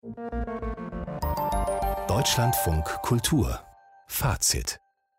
Deutschlandfunk Kultur Fazit.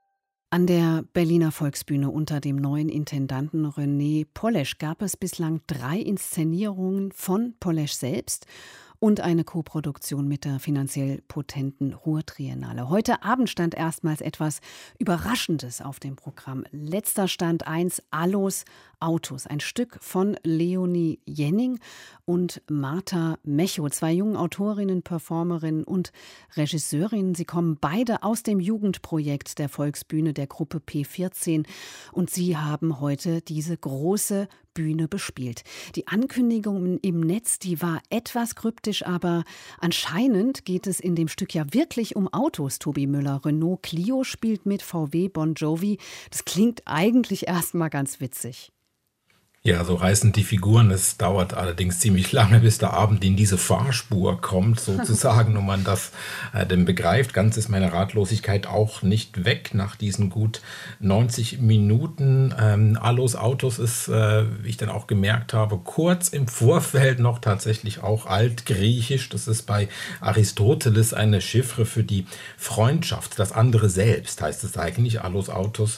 An der Berliner Volksbühne unter dem neuen Intendanten René Polesch gab es bislang 3 Inszenierungen von Polesch selbst und eine Koproduktion mit der finanziell potenten Ruhrtriennale. Heute Abend stand erstmals etwas Überraschendes auf dem Programm. Letzter Stand 1, Allos Autos, ein Stück von Leonie Jenning und Martha Mechow, 2 jungen Autorinnen, Performerinnen und Regisseurinnen. Sie kommen beide aus dem Jugendprojekt der Volksbühne der Gruppe P14 und sie haben heute diese große Bühne bespielt. Die Ankündigung im Netz, die war etwas kryptisch, aber anscheinend geht es in dem Stück ja wirklich um Autos. Tobi Müller, Renault Clio spielt mit, VW, Bon Jovi. Das klingt eigentlich erstmal ganz witzig. Ja, so reißen die Figuren. Es dauert allerdings ziemlich lange, bis der Abend in diese Fahrspur kommt, sozusagen, und man das denn begreift. Ganz ist meine Ratlosigkeit auch nicht weg nach diesen gut 90 Minuten. Allos Autos ist, wie ich dann auch gemerkt habe, kurz im Vorfeld noch tatsächlich auch altgriechisch. Das ist bei Aristoteles eine Chiffre für die Freundschaft. Das andere selbst heißt es eigentlich, Allos Autos,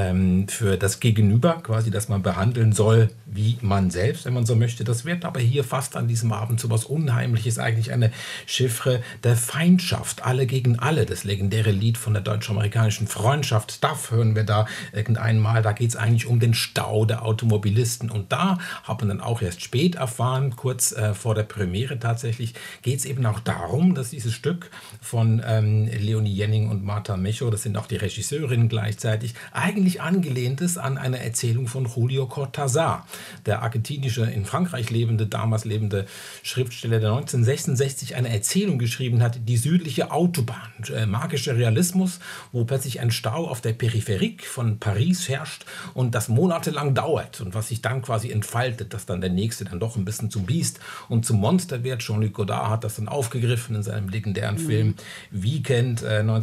für das Gegenüber quasi, das man behandeln soll, wie man selbst, wenn man so möchte. Das wird aber hier fast an diesem Abend so was Unheimliches, eigentlich eine Chiffre der Feindschaft. Alle gegen alle, das legendäre Lied von der deutsch-amerikanischen Freundschaft. Stuff hören wir da irgendwann mal. Da geht es eigentlich um den Stau der Automobilisten. Und da hat man dann auch erst spät erfahren, kurz vor der Premiere tatsächlich, geht es eben auch darum, dass dieses Stück von Leonie Jenning und Martha Mechow, das sind auch die Regisseurinnen gleichzeitig, eigentlich angelehnt ist an eine Erzählung von Julio Cortázar, der argentinische, in Frankreich damals lebende Schriftsteller, der 1966 eine Erzählung geschrieben hat, die südliche Autobahn, magischer Realismus, wo plötzlich ein Stau auf der Peripherie von Paris herrscht und das monatelang dauert und was sich dann quasi entfaltet, dass dann der Nächste dann doch ein bisschen zum Biest und zum Monster wird. Jean-Luc Godard hat das dann aufgegriffen in seinem legendären Film Weekend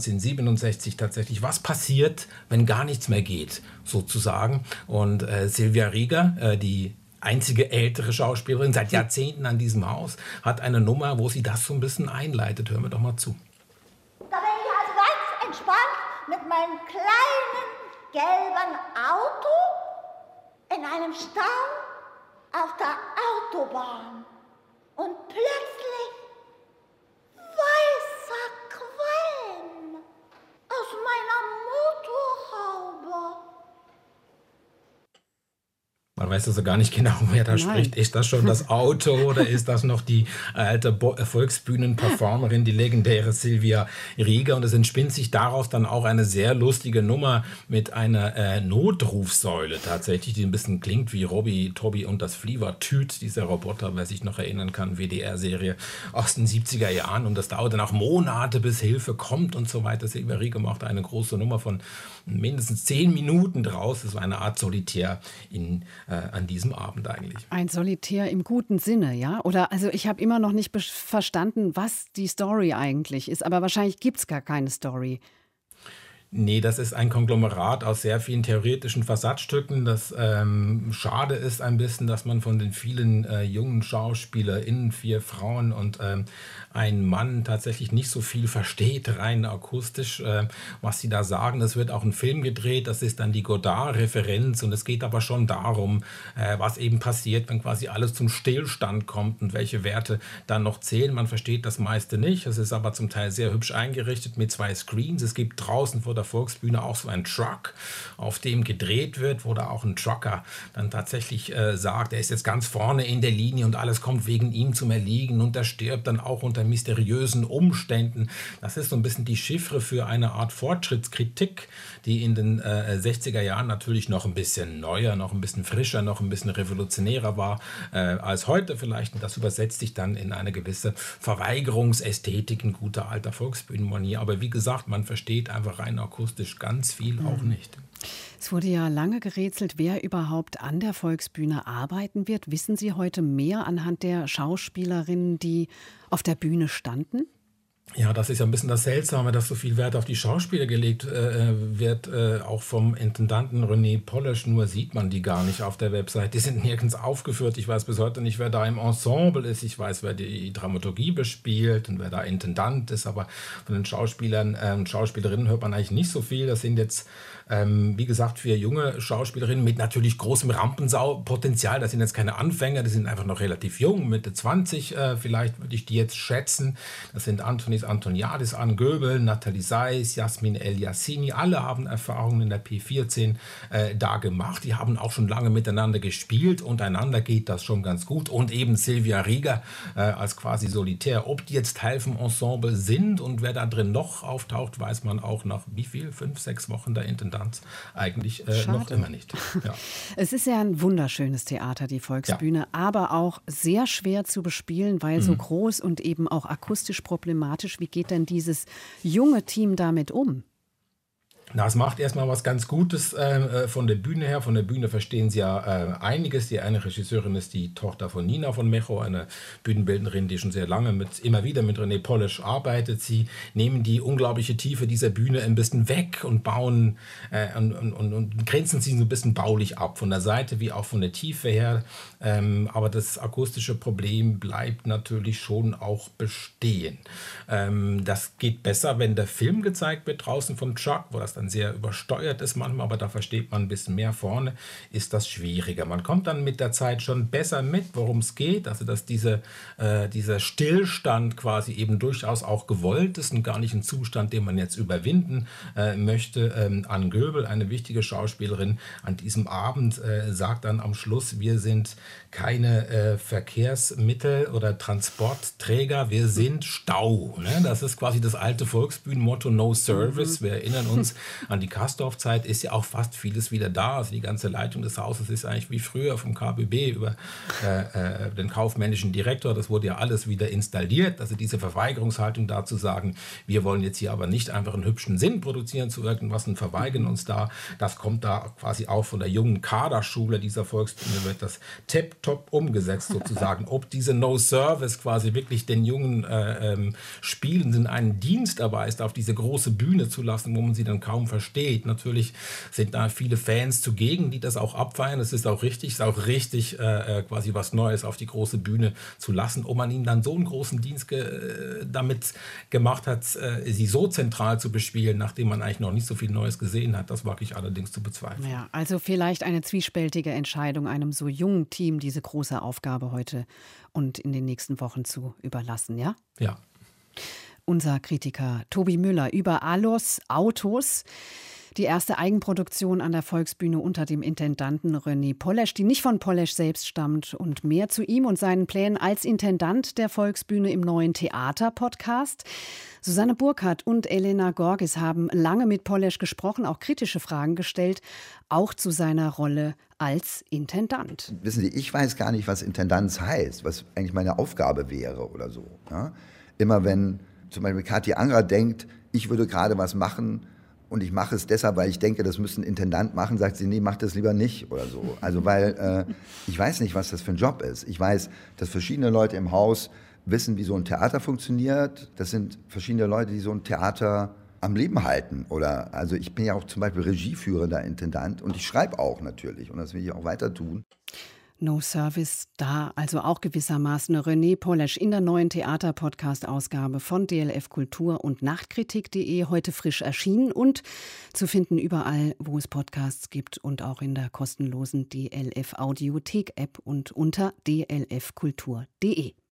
1967 tatsächlich. Was passiert, wenn gar nichts mehr geht, sozusagen? Und Silvia Rieger, die einzige ältere Schauspielerin seit Jahrzehnten an diesem Haus, hat eine Nummer, wo sie das so ein bisschen einleitet. Hören wir doch mal zu. Da bin ich also ganz entspannt mit meinem kleinen gelben Auto in einem Stau auf der Autobahn. Und plötzlich weißer Qualm aus meiner Motorhaube. Man weiß also gar nicht genau, wer da spricht. Ist das schon das Auto oder ist das noch die alte Volksbühnen-Performerin, die legendäre Silvia Rieger? Und es entspinnt sich daraus dann auch eine sehr lustige Nummer mit einer Notrufsäule tatsächlich, die ein bisschen klingt wie Robby, Tobi und das Flievertüt, dieser Roboter, wer sich noch erinnern kann, WDR-Serie aus den 70er Jahren. Und das dauert dann auch Monate, bis Hilfe kommt und so weiter. Silvia Rieger macht eine große Nummer von mindestens 10 Minuten draus. Das war eine Art Solitär an diesem Abend eigentlich. Ein Solitär im guten Sinne, ja? Oder also ich habe immer noch nicht verstanden, was die Story eigentlich ist. Aber wahrscheinlich gibt es gar keine Story. Nee, das ist ein Konglomerat aus sehr vielen theoretischen Versatzstücken. Das schade ist ein bisschen, dass man von den vielen jungen SchauspielerInnen, 4 Frauen und ein Mann tatsächlich nicht so viel versteht, rein akustisch, was sie da sagen. Es wird auch ein Film gedreht, das ist dann die Godard-Referenz und es geht aber schon darum, was eben passiert, wenn quasi alles zum Stillstand kommt und welche Werte dann noch zählen. Man versteht das meiste nicht. Es ist aber zum Teil sehr hübsch eingerichtet mit 2 Screens. Es gibt draußen vor der Volksbühne auch so einen Truck, auf dem gedreht wird, wo da auch ein Trucker dann tatsächlich sagt, er ist jetzt ganz vorne in der Linie und alles kommt wegen ihm zum Erliegen und er stirbt dann auch unter mysteriösen Umständen. Das ist so ein bisschen die Chiffre für eine Art Fortschrittskritik, die in den 60er Jahren natürlich noch ein bisschen neuer, noch ein bisschen frischer, noch ein bisschen revolutionärer war als heute vielleicht. Und das übersetzt sich dann in eine gewisse Verweigerungsästhetik in guter alter Volksbühnenmanier. Aber wie gesagt, man versteht einfach rein akustisch ganz viel auch nicht. Es wurde ja lange gerätselt, wer überhaupt an der Volksbühne arbeiten wird. Wissen Sie heute mehr anhand der Schauspielerinnen, die auf der Bühne standen? Ja, das ist ja ein bisschen das Seltsame, dass so viel Wert auf die Schauspieler gelegt wird, auch vom Intendanten René Polesch, nur sieht man die gar nicht auf der Website. Die sind nirgends aufgeführt. Ich weiß bis heute nicht, wer da im Ensemble ist. Ich weiß, wer die Dramaturgie bespielt und wer da Intendant ist, aber von den Schauspielern und Schauspielerinnen hört man eigentlich nicht so viel. Das sind jetzt, wie gesagt, 4 junge Schauspielerinnen mit natürlich großem Rampensau-Potenzial. Das sind jetzt keine Anfänger, die sind einfach noch relativ jung, Mitte 20 vielleicht würde ich die jetzt schätzen. Das sind Antoniadis, Anne Göbel, Nathalie Seiss, Jasmin El-Yassini, alle haben Erfahrungen in der P14 da gemacht. Die haben auch schon lange miteinander gespielt. Untereinander geht das schon ganz gut. Und eben Silvia Rieger als quasi Solitär. Ob die jetzt Teil vom Ensemble sind und wer da drin noch auftaucht, weiß man auch nach wie viel? 5, 6 Wochen der Intendanz eigentlich noch immer nicht. Ja. Es ist ja ein wunderschönes Theater, die Volksbühne, aber auch sehr schwer zu bespielen, weil so groß und eben auch akustisch problematisch. Wie geht denn dieses junge Team damit um? Das macht erstmal was ganz Gutes von der Bühne her. Von der Bühne verstehen sie ja einiges. Die eine Regisseurin ist die Tochter von Nina von Mecho, eine Bühnenbildnerin, die schon sehr lange immer wieder mit René Polesch arbeitet. Sie nehmen die unglaubliche Tiefe dieser Bühne ein bisschen weg und bauen und grenzen sie so ein bisschen baulich ab, von der Seite wie auch von der Tiefe her. Aber das akustische Problem bleibt natürlich schon auch bestehen. Das geht besser, wenn der Film gezeigt wird draußen vom Chuck, wo das dann sehr übersteuert ist manchmal, aber da versteht man ein bisschen mehr. Vorne ist das schwieriger. Man kommt dann mit der Zeit schon besser mit, worum es geht, also dass dieser Stillstand quasi eben durchaus auch gewollt ist und gar nicht ein Zustand, den man jetzt überwinden möchte. Anne Göbel, eine wichtige Schauspielerin, an diesem Abend sagt dann am Schluss, wir sind keine Verkehrsmittel oder Transportträger, wir sind Stau. Ne? Das ist quasi das alte Volksbühnenmotto No Service. Wir erinnern uns an die Kastorf-Zeit, ist ja auch fast vieles wieder da. Also die ganze Leitung des Hauses ist eigentlich wie früher vom KBB über den kaufmännischen Direktor. Das wurde ja alles wieder installiert. Also diese Verweigerungshaltung da zu sagen, wir wollen jetzt hier aber nicht einfach einen hübschen Sinn produzieren zu irgendwas und verweigern uns da. Das kommt da quasi auch von der jungen Kaderschule dieser Volksbühne, wird das tip-top umgesetzt sozusagen. Ob diese No-Service quasi wirklich den jungen Spielenden einen Dienst erweist, auf diese große Bühne zu lassen, wo man sie dann kaum versteht. Natürlich sind da viele Fans zugegen, die das auch abfeiern. Das ist auch richtig, quasi was Neues auf die große Bühne zu lassen. Ob man ihnen dann so einen großen Dienst damit gemacht hat, sie so zentral zu bespielen, nachdem man eigentlich noch nicht so viel Neues gesehen hat, das wage ich allerdings zu bezweifeln. Ja, also vielleicht eine zwiespältige Entscheidung, einem so jungen Team diese große Aufgabe heute und in den nächsten Wochen zu überlassen, ja? Ja. Unser Kritiker Tobi Müller über Allos Autos. Die erste Eigenproduktion an der Volksbühne unter dem Intendanten René Polesch, die nicht von Polesch selbst stammt. Und mehr zu ihm und seinen Plänen als Intendant der Volksbühne im neuen Theater-Podcast. Susanne Burkhardt und Elena Gorgis haben lange mit Polesch gesprochen, auch kritische Fragen gestellt, auch zu seiner Rolle als Intendant. Wissen Sie, ich weiß gar nicht, was Intendanz heißt, was eigentlich meine Aufgabe wäre oder so. Ja? Immer wenn zum Beispiel Kathi Angerer denkt, ich würde gerade was machen und ich mache es deshalb, weil ich denke, das müsste ein Intendant machen, sagt sie, nee, mach das lieber nicht oder so. Also weil ich weiß nicht, was das für ein Job ist. Ich weiß, dass verschiedene Leute im Haus wissen, wie so ein Theater funktioniert. Das sind verschiedene Leute, die so ein Theater am Leben halten. Oder, also ich bin ja auch zum Beispiel regieführender Intendant und ich schreibe auch natürlich und das will ich auch weiter tun. No Service, da also auch gewissermaßen René Polesch in der neuen Theater-Podcast-Ausgabe von DLF Kultur und Nachtkritik.de, heute frisch erschienen und zu finden überall, wo es Podcasts gibt und auch in der kostenlosen DLF Audiothek-App und unter dlfkultur.de.